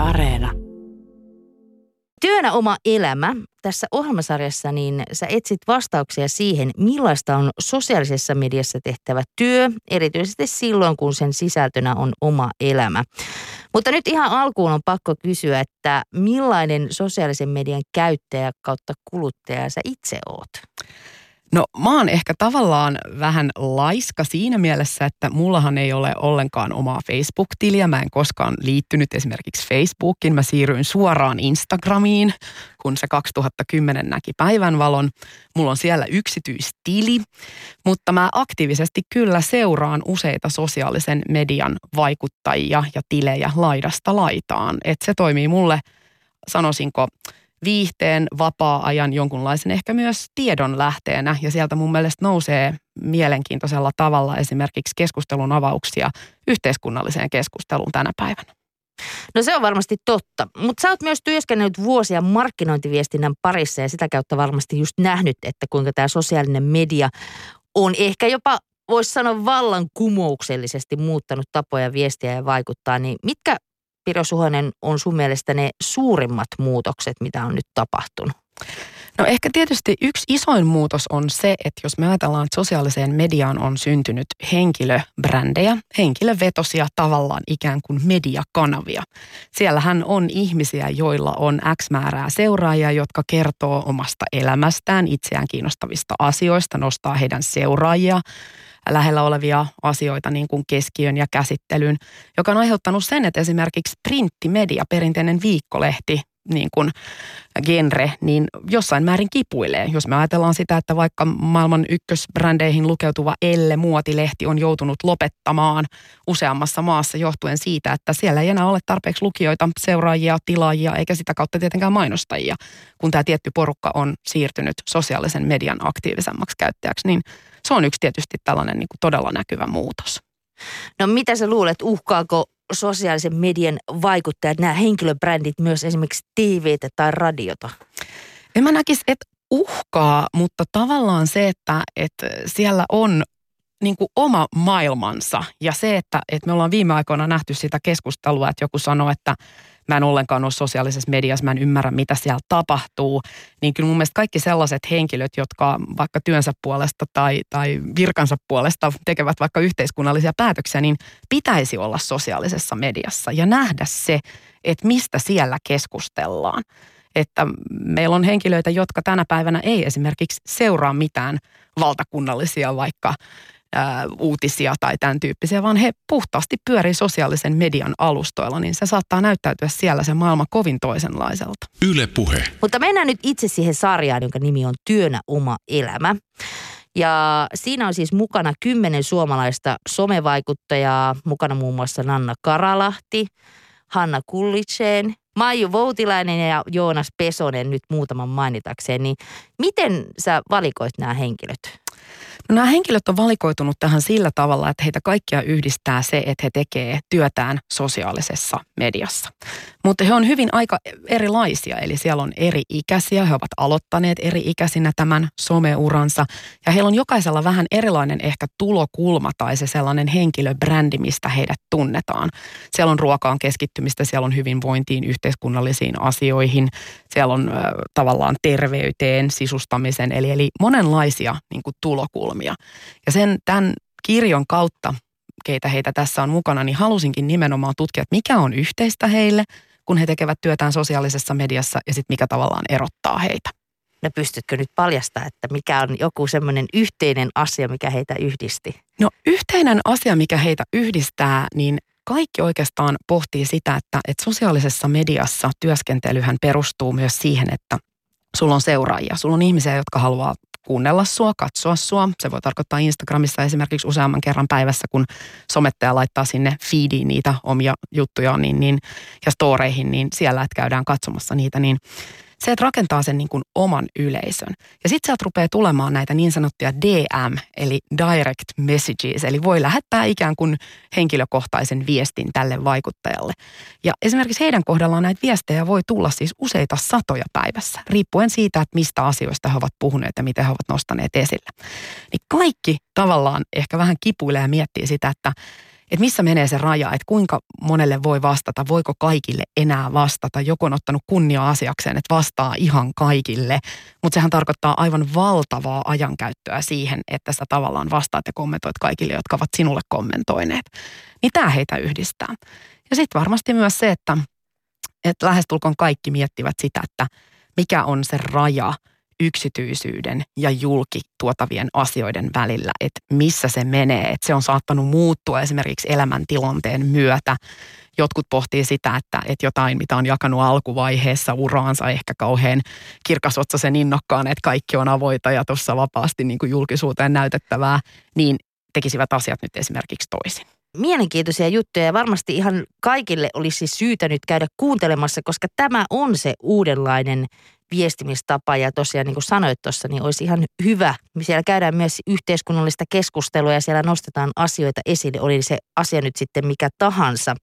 Areena. Työnä oma elämä. Tässä ohjelmasarjassa niin sä etsit vastauksia siihen, millaista on sosiaalisessa mediassa tehtävä työ, erityisesti silloin, kun sen sisältönä on oma elämä. Mutta nyt ihan alkuun on pakko kysyä, että millainen sosiaalisen median käyttäjä kautta kuluttaja sä itse oot? No mä oon ehkä tavallaan vähän laiska siinä mielessä, että mullahan ei ole ollenkaan omaa Facebook-tiliä. Mä en koskaan liittynyt esimerkiksi Facebookiin. Mä siirryin suoraan Instagramiin, kun se 2010 näki päivänvalon. Mulla on siellä yksityistili, mutta mä aktiivisesti kyllä seuraan useita sosiaalisen median vaikuttajia ja tilejä laidasta laitaan. Että se toimii mulle, sanoisinko, viihteen, vapaa-ajan, jonkunlaisen ehkä myös tiedon lähteenä. Ja sieltä mun mielestä nousee mielenkiintoisella tavalla esimerkiksi keskustelun avauksia yhteiskunnalliseen keskusteluun tänä päivänä. No se on varmasti totta, mutta sä oot myös työskennellyt vuosia markkinointiviestinnän parissa ja sitä kautta varmasti just nähnyt, että kuinka tämä sosiaalinen media on ehkä jopa, voisi sanoa, vallankumouksellisesti muuttanut tapoja viestiä ja vaikuttaa. Niin mitkä, Pirjo Suhonen, on sun mielestä ne suurimmat muutokset, mitä on nyt tapahtunut? No ehkä tietysti yksi isoin muutos on se, että jos me ajatellaan, että sosiaaliseen mediaan on syntynyt henkilöbrändejä, henkilövetosia tavallaan ikään kuin mediakanavia. Siellähän on ihmisiä, joilla on X määrää seuraajia, jotka kertoo omasta elämästään, itseään kiinnostavista asioista, nostaa heidän seuraajia, lähellä olevia asioita niin kuin keskiön ja käsittelyn, joka on aiheuttanut sen, että esimerkiksi printtimedia, perinteinen viikkolehti, niin kuin genre, niin jossain määrin kipuilee. Jos me ajatellaan sitä, että vaikka maailman ykkösbrändeihin lukeutuva Elle-muotilehti on joutunut lopettamaan useammassa maassa johtuen siitä, että siellä ei enää ole tarpeeksi lukijoita, seuraajia, tilaajia eikä sitä kautta tietenkään mainostajia, kun tämä tietty porukka on siirtynyt sosiaalisen median aktiivisemmaksi käyttäjäksi, niin se on yksi tietysti tällainen niin kuin todella näkyvä muutos. No mitä sä luulet, uhkaako sosiaalisen median vaikuttajat, nämä henkilöbrändit myös esimerkiksi TV:tä tai radiota? En mä näkisi, että uhkaa, mutta tavallaan se, että siellä on niin kuin oma maailmansa ja se, että me ollaan viime aikoina nähty sitä keskustelua, että joku sanoo, että mä en ollenkaan ole sosiaalisessa mediassa, mä en ymmärrä, mitä siellä tapahtuu, niin kyllä mun mielestä kaikki sellaiset henkilöt, jotka vaikka työnsä puolesta tai virkansa puolesta tekevät vaikka yhteiskunnallisia päätöksiä, niin pitäisi olla sosiaalisessa mediassa ja nähdä se, että mistä siellä keskustellaan. Että meillä on henkilöitä, jotka tänä päivänä ei esimerkiksi seuraa mitään valtakunnallisia vaikka uutisia tai tämän tyyppisiä, vaan he puhtaasti pyörii sosiaalisen median alustoilla, niin se saattaa näyttäytyä siellä se maailma kovin toisenlaiselta. Yle Puhe. Mutta mennään nyt itse siihen sarjaan, jonka nimi on Työnä oma elämä. Ja siinä on siis mukana 10 suomalaista somevaikuttajaa, mukana muun muassa Nanna Karalahti, Hanna Kullitsen, Maiju Voutilainen ja Joonas Pesonen nyt muutaman mainitakseen. Niin miten sä valikoit nämä henkilöt? No, nämä henkilöt on valikoitunut tähän sillä tavalla, että heitä kaikkia yhdistää se, että he tekee työtään sosiaalisessa mediassa. Mutta he on hyvin aika erilaisia, eli siellä on eri ikäisiä, he ovat aloittaneet eri ikäisinä tämän someuransa ja heillä on jokaisella vähän erilainen ehkä tulokulma tai se sellainen henkilöbrändi, mistä heidät tunnetaan. Siellä on ruokaan keskittymistä, siellä on hyvinvointiin, yhteiskunnallisiin asioihin, siellä on tavallaan terveyteen, sisustamisen, eli monenlaisia niin kuin tulokulmia. Ja tämän kirjon kautta, keitä heitä tässä on mukana, niin halusinkin nimenomaan tutkia, että mikä on yhteistä heille, kun he tekevät työtään sosiaalisessa mediassa ja sitten mikä tavallaan erottaa heitä. No pystytkö nyt paljastamaan, että mikä on joku semmoinen yhteinen asia, mikä heitä yhdisti? No yhteinen asia, mikä heitä yhdistää, niin kaikki oikeastaan pohtii sitä, että sosiaalisessa mediassa työskentelyhän perustuu myös siihen, että sulla on seuraajia. Sulla on ihmisiä, jotka haluaa kuunnella sua, katsoa sua. Se voi tarkoittaa Instagramissa esimerkiksi useamman kerran päivässä, kun somettaja laittaa sinne feediin niitä omia juttujaan ja storeihin, niin siellä, että käydään katsomassa niitä, niin se, että rakentaa sen niin kuin oman yleisön. Ja sitten sieltä rupeaa tulemaan näitä niin sanottuja DM, eli direct messages, eli voi lähettää ikään kuin henkilökohtaisen viestin tälle vaikuttajalle. Ja esimerkiksi heidän kohdallaan näitä viestejä voi tulla siis useita satoja päivässä, riippuen siitä, että mistä asioista he ovat puhuneet ja miten he ovat nostaneet esille. Niin kaikki tavallaan ehkä vähän kipuilee ja miettii sitä, että että missä menee se raja, että kuinka monelle voi vastata, voiko kaikille enää vastata. Joku on ottanut kunnia-asiakseen, että vastaa ihan kaikille, mutta sehän tarkoittaa aivan valtavaa ajankäyttöä siihen, että sä tavallaan vastaat ja kommentoit kaikille, jotka ovat sinulle kommentoineet. Niin tämä heitä yhdistää. Ja sitten varmasti myös se, että lähestulkoon kaikki miettivät sitä, että mikä on se raja yksityisyyden ja julkituotavien asioiden välillä, että missä se menee, että se on saattanut muuttua esimerkiksi elämäntilanteen myötä. Jotkut pohtii sitä, että jotain, mitä on jakanut alkuvaiheessa uraansa ehkä kauhean kirkasotsaisen innokkaan, että kaikki on avoita ja tuossa vapaasti niin kuin julkisuuteen näytettävää, niin tekisivät asiat nyt esimerkiksi toisin. Mielenkiintoisia juttuja ja varmasti ihan kaikille olisi syytä nyt käydä kuuntelemassa, koska tämä on se uudenlainen viestimistapa ja tosiaan niin kuin sanoit tuossa, niin olisi ihan hyvä. Siellä käydään myös yhteiskunnallista keskustelua ja siellä nostetaan asioita esille, oli se asia nyt sitten mikä tahansa.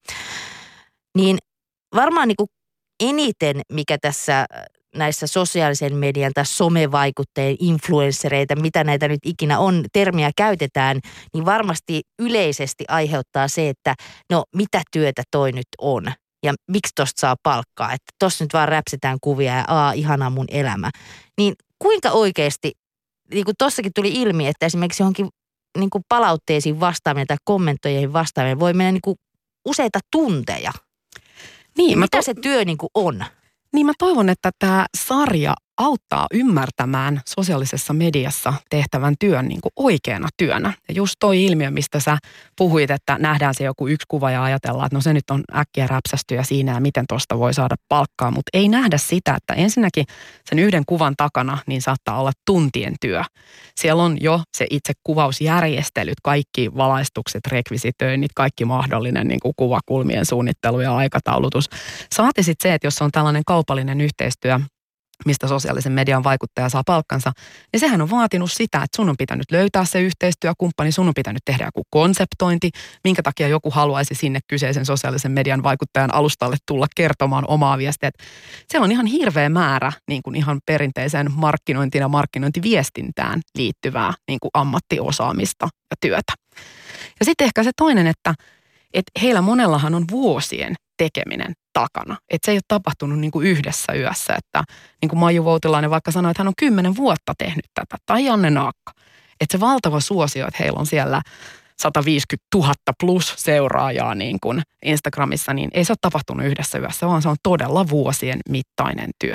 Niin varmaan niin kuin eniten, mikä tässä näissä sosiaalisen median tai somevaikuttajien influenssereita, mitä näitä nyt ikinä on, termiä käytetään, niin varmasti yleisesti aiheuttaa se, että no mitä työtä toi nyt on ja miksi tosta saa palkkaa, että tossa nyt vaan räpsitään kuvia ja ihanaa mun elämä. Niin kuinka oikeasti, niin kuin tossakin tuli ilmi, että esimerkiksi johonkin niin kuin palautteisiin vastaaminen tai kommentoihin vastaaminen voi mennä niin kuin useita tunteja. Niin, mitä se työ niin kuin on? Niin mä toivon, että tämä sarja auttaa ymmärtämään sosiaalisessa mediassa tehtävän työn niin kuin oikeana työnä. Ja just toi ilmiö, mistä sä puhuit, että nähdään se joku yksi kuva ja ajatellaan, että no se nyt on äkkiä räpsästyä siinä ja miten tosta voi saada palkkaa. Mutta ei nähdä sitä, että ensinnäkin sen yhden kuvan takana niin saattaa olla tuntien työ. Siellä on jo se itse kuvausjärjestelyt, kaikki valaistukset, rekvisitöinnit, kaikki mahdollinen niin kuin kuvakulmien suunnittelu ja aikataulutus. Saati sitten se, että jos on tällainen kaupallinen yhteistyö, mistä sosiaalisen median vaikuttaja saa palkkansa, niin sehän on vaatinut sitä, että sun on pitänyt löytää se yhteistyökumppani, sun on pitänyt tehdä joku konseptointi, minkä takia joku haluaisi sinne kyseisen sosiaalisen median vaikuttajan alustalle tulla kertomaan omaa viestiä. Että siellä on ihan hirveä määrä niin kuin ihan perinteiseen markkinointiin ja markkinointiviestintään liittyvää niin kuin ammattiosaamista ja työtä. Ja sitten ehkä se toinen, että heillä monellahan on vuosien tekeminen takana. Että se ei ole tapahtunut niin kuin yhdessä yössä. Että niin kuin Maiju Voutilainen vaikka sanoi, että hän on 10 vuotta tehnyt tätä. Tai Janne Naakka. Että se valtava suosio, että heillä on siellä 150 000 plus seuraajaa niin kuin Instagramissa, niin ei se ole tapahtunut yhdessä yössä, vaan se on todella vuosien mittainen työ.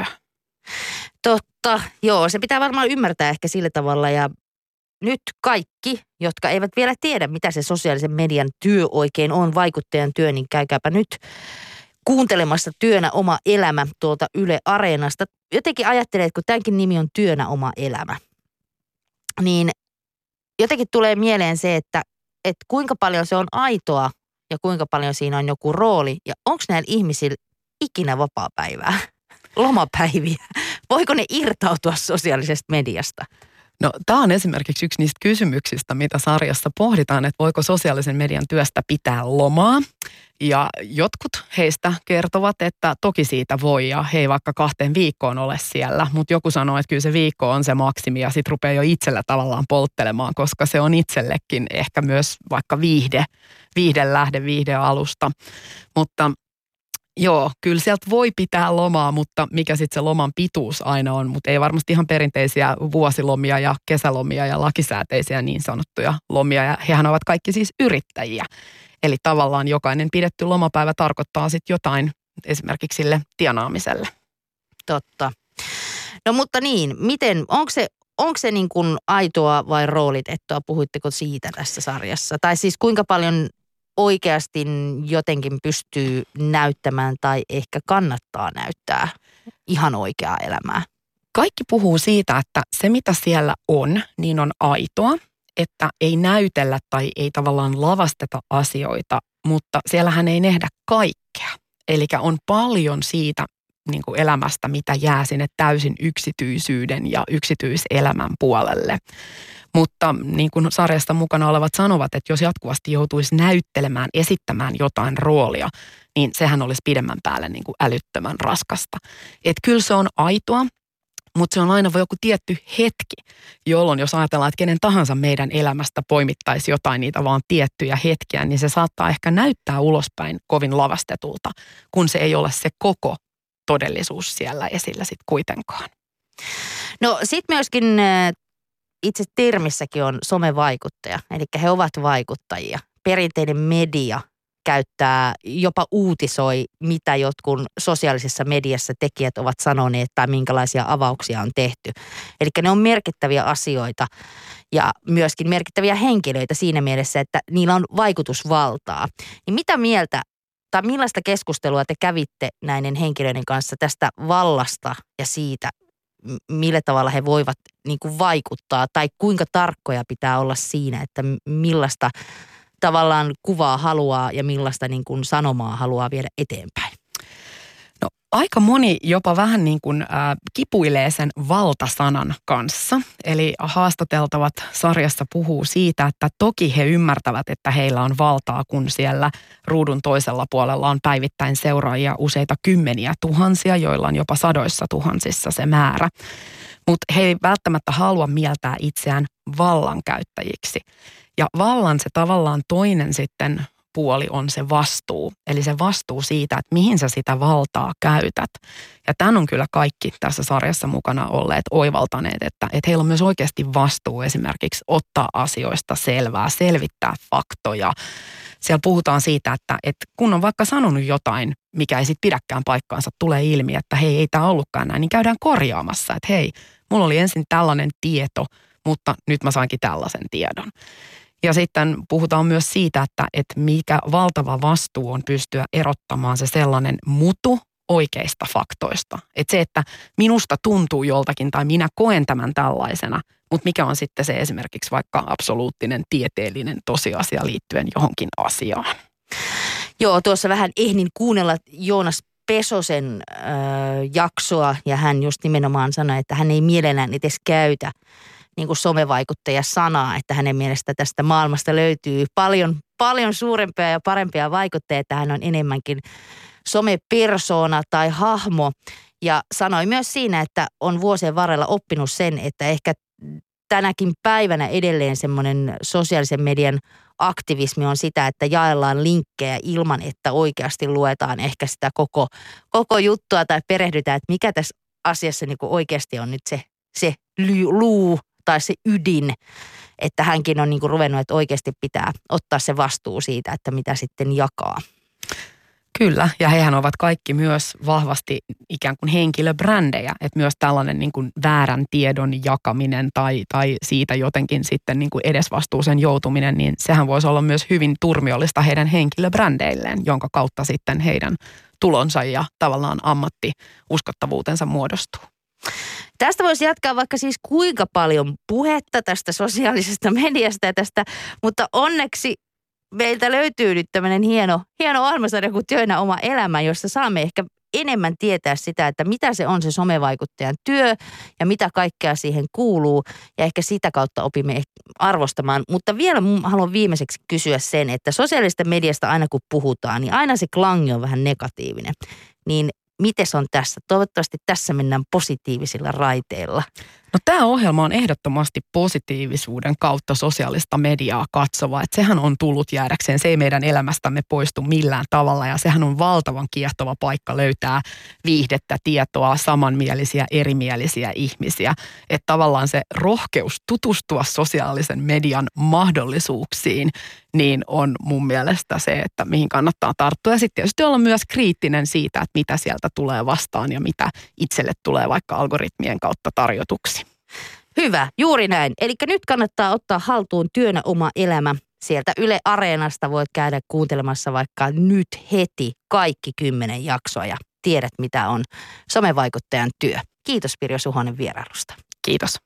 Totta, joo. Se pitää varmaan ymmärtää ehkä sillä tavalla ja nyt kaikki, jotka eivät vielä tiedä, mitä se sosiaalisen median työ oikein on, vaikuttajan työ, niin käykääpä nyt kuuntelemassa Työnä oma elämä tuolta Yle Areenasta. Jotenkin ajattelee, että kun tämänkin nimi on Työnä oma elämä, niin jotenkin tulee mieleen se, että kuinka paljon se on aitoa ja kuinka paljon siinä on joku rooli. Ja onko näillä ihmisillä ikinä vapaapäivää, lomapäiviä? Voiko ne irtautua sosiaalisesta mediasta? No tämä on esimerkiksi yksi niistä kysymyksistä, mitä sarjassa pohditaan, että voiko sosiaalisen median työstä pitää lomaa. Ja jotkut heistä kertovat, että toki siitä voi ja he ei vaikka 2 viikkoon ole siellä. Mutta joku sanoo, että kyllä se viikko on se maksimi ja sitten rupeaa jo itsellä tavallaan polttelemaan, koska se on itsellekin ehkä myös vaikka viihdelähde, viihdealusta. Mutta joo, kyllä sieltä voi pitää lomaa, mutta mikä sitten se loman pituus aina on, mutta ei varmasti ihan perinteisiä vuosilomia ja kesälomia ja lakisääteisiä niin sanottuja lomia. Ja hehän ovat kaikki siis yrittäjiä. Eli tavallaan jokainen pidetty lomapäivä tarkoittaa sitten jotain esimerkiksi sille tienaamiselle. Totta. No mutta niin, onko se niin kuin aitoa vai roolitettua? Puhuitteko siitä tässä sarjassa? Tai siis kuinka paljon oikeasti jotenkin pystyy näyttämään tai ehkä kannattaa näyttää ihan oikeaa elämää? Kaikki puhuu siitä, että se mitä siellä on, niin on aitoa, että ei näytellä tai ei tavallaan lavasteta asioita, mutta siellähän ei nähdä kaikkea. Eli on paljon siitä niin kuin elämästä, mitä jää sinne täysin yksityisyyden ja yksityiselämän puolelle. Mutta niin kuin sarjasta mukana olevat sanovat, että jos jatkuvasti joutuisi näyttelemään, esittämään jotain roolia, niin sehän olisi pidemmän päälle niin kuin älyttömän raskasta. Että kyllä se on aitoa, Mutta se on aina joku tietty hetki, jolloin jos ajatellaan, että kenen tahansa meidän elämästä poimittaisi jotain niitä vaan tiettyjä hetkiä, niin se saattaa ehkä näyttää ulospäin kovin lavastetulta, kun se ei ole se koko todellisuus siellä esillä sitten kuitenkaan. No sitten myöskin itse termissäkin on somevaikuttaja, eli he ovat vaikuttajia. Perinteinen media käyttää, jopa uutisoi, mitä jotkut sosiaalisessa mediassa tekijät ovat sanoneet tai minkälaisia avauksia on tehty. Eli ne on merkittäviä asioita ja myöskin merkittäviä henkilöitä siinä mielessä, että niillä on vaikutusvaltaa. Niin mitä mieltä tai millaista keskustelua te kävitte näiden henkilöiden kanssa tästä vallasta ja siitä, millä tavalla he voivat niin kuin vaikuttaa tai kuinka tarkkoja pitää olla siinä, että millaista tavallaan kuvaa haluaa ja millaista niin kuin sanomaa haluaa viedä eteenpäin? No aika moni jopa vähän niin kuin kipuilee sen valtasanan kanssa. Eli haastateltavat sarjassa puhuu siitä, että toki he ymmärtävät, että heillä on valtaa, kun siellä ruudun toisella puolella on päivittäin seuraajia useita kymmeniä tuhansia, joilla on jopa sadoissa tuhansissa se määrä. Mutta he ei välttämättä halua mieltää itseään vallankäyttäjiksi. Ja vallan se tavallaan toinen sitten puoli on se vastuu. Eli se vastuu siitä, että mihin sä sitä valtaa käytät. Ja tämän on kyllä kaikki tässä sarjassa mukana olleet oivaltaneet, että heillä on myös oikeasti vastuu esimerkiksi ottaa asioista selvää, selvittää faktoja. Siellä puhutaan siitä, että kun on vaikka sanonut jotain, mikä ei sitten pidäkään paikkaansa, tulee ilmi, että hei, ei tämä ollutkaan näin, niin käydään korjaamassa, että hei, mulla oli ensin tällainen tieto, mutta nyt mä sainkin tällaisen tiedon. Ja sitten puhutaan myös siitä, että mikä valtava vastuu on pystyä erottamaan se sellainen mutu oikeista faktoista. Että se, että minusta tuntuu joltakin tai minä koen tämän tällaisena, mutta mikä on sitten se esimerkiksi vaikka absoluuttinen tieteellinen tosiasia liittyen johonkin asiaan. Joo, tuossa vähän ehdin kuunnella Joonas Pesosen jaksoa ja hän just nimenomaan sanoi, että hän ei mielellään edes käytä niin kuin somevaikuttaja-sanaa, että hänen mielestä tästä maailmasta löytyy paljon suurempia ja parempia vaikuttajia, että hän on enemmänkin somepersona tai hahmo. Ja sanoi myös siinä, että on vuosien varrella oppinut sen, että ehkä tänäkin päivänä edelleen semmoinen sosiaalisen median aktivismi on sitä, että jaellaan linkkejä ilman, että oikeasti luetaan ehkä sitä koko juttua tai perehdytään, että mikä tässä asiassa niin kuin oikeasti on nyt se luu tai se ydin, että hänkin on niin kuin ruvennut, että oikeasti pitää ottaa se vastuu siitä, että mitä sitten jakaa. Kyllä, ja hehän ovat kaikki myös vahvasti ikään kuin henkilöbrändejä, että myös tällainen niin kuin väärän tiedon jakaminen tai siitä jotenkin sitten niin kuin edesvastuuseen joutuminen, niin sehän voisi olla myös hyvin turmiollista heidän henkilöbrändeilleen, jonka kautta sitten heidän tulonsa ja tavallaan ammattiuskottavuutensa muodostuu. Tästä voisi jatkaa vaikka siis kuinka paljon puhetta tästä sosiaalisesta mediasta ja tästä, mutta onneksi meiltä löytyy nyt tämmöinen hieno ohjelmasarja kuin Työnä oma elämä, jossa saamme ehkä enemmän tietää sitä, että mitä se on se somevaikuttajan työ ja mitä kaikkea siihen kuuluu. Ja ehkä sitä kautta opimme arvostamaan. Mutta vielä haluan viimeiseksi kysyä sen, että sosiaalisesta mediasta aina kun puhutaan, niin aina se klangi on vähän negatiivinen. Niin miten se on tässä? Toivottavasti tässä mennään positiivisilla raiteilla. No tämä ohjelma on ehdottomasti positiivisuuden kautta sosiaalista mediaa katsova. Että sehän on tullut jäädäkseen, se ei meidän elämästämme poistu millään tavalla ja sehän on valtavan kiehtova paikka löytää viihdettä, tietoa, samanmielisiä, erimielisiä ihmisiä. Että tavallaan se rohkeus tutustua sosiaalisen median mahdollisuuksiin niin on mun mielestä se, että mihin kannattaa tarttua. Ja sitten tietysti olla myös kriittinen siitä, että mitä sieltä tulee vastaan ja mitä itselle tulee vaikka algoritmien kautta tarjotuksi. Hyvä, juuri näin. Eli nyt kannattaa ottaa haltuun Työnä oma elämä. Sieltä Yle Areenasta voit käydä kuuntelemassa vaikka nyt heti kaikki 10 jaksoa ja tiedät mitä on somevaikuttajan työ. Kiitos Pirjo Suhonen vierailusta. Kiitos.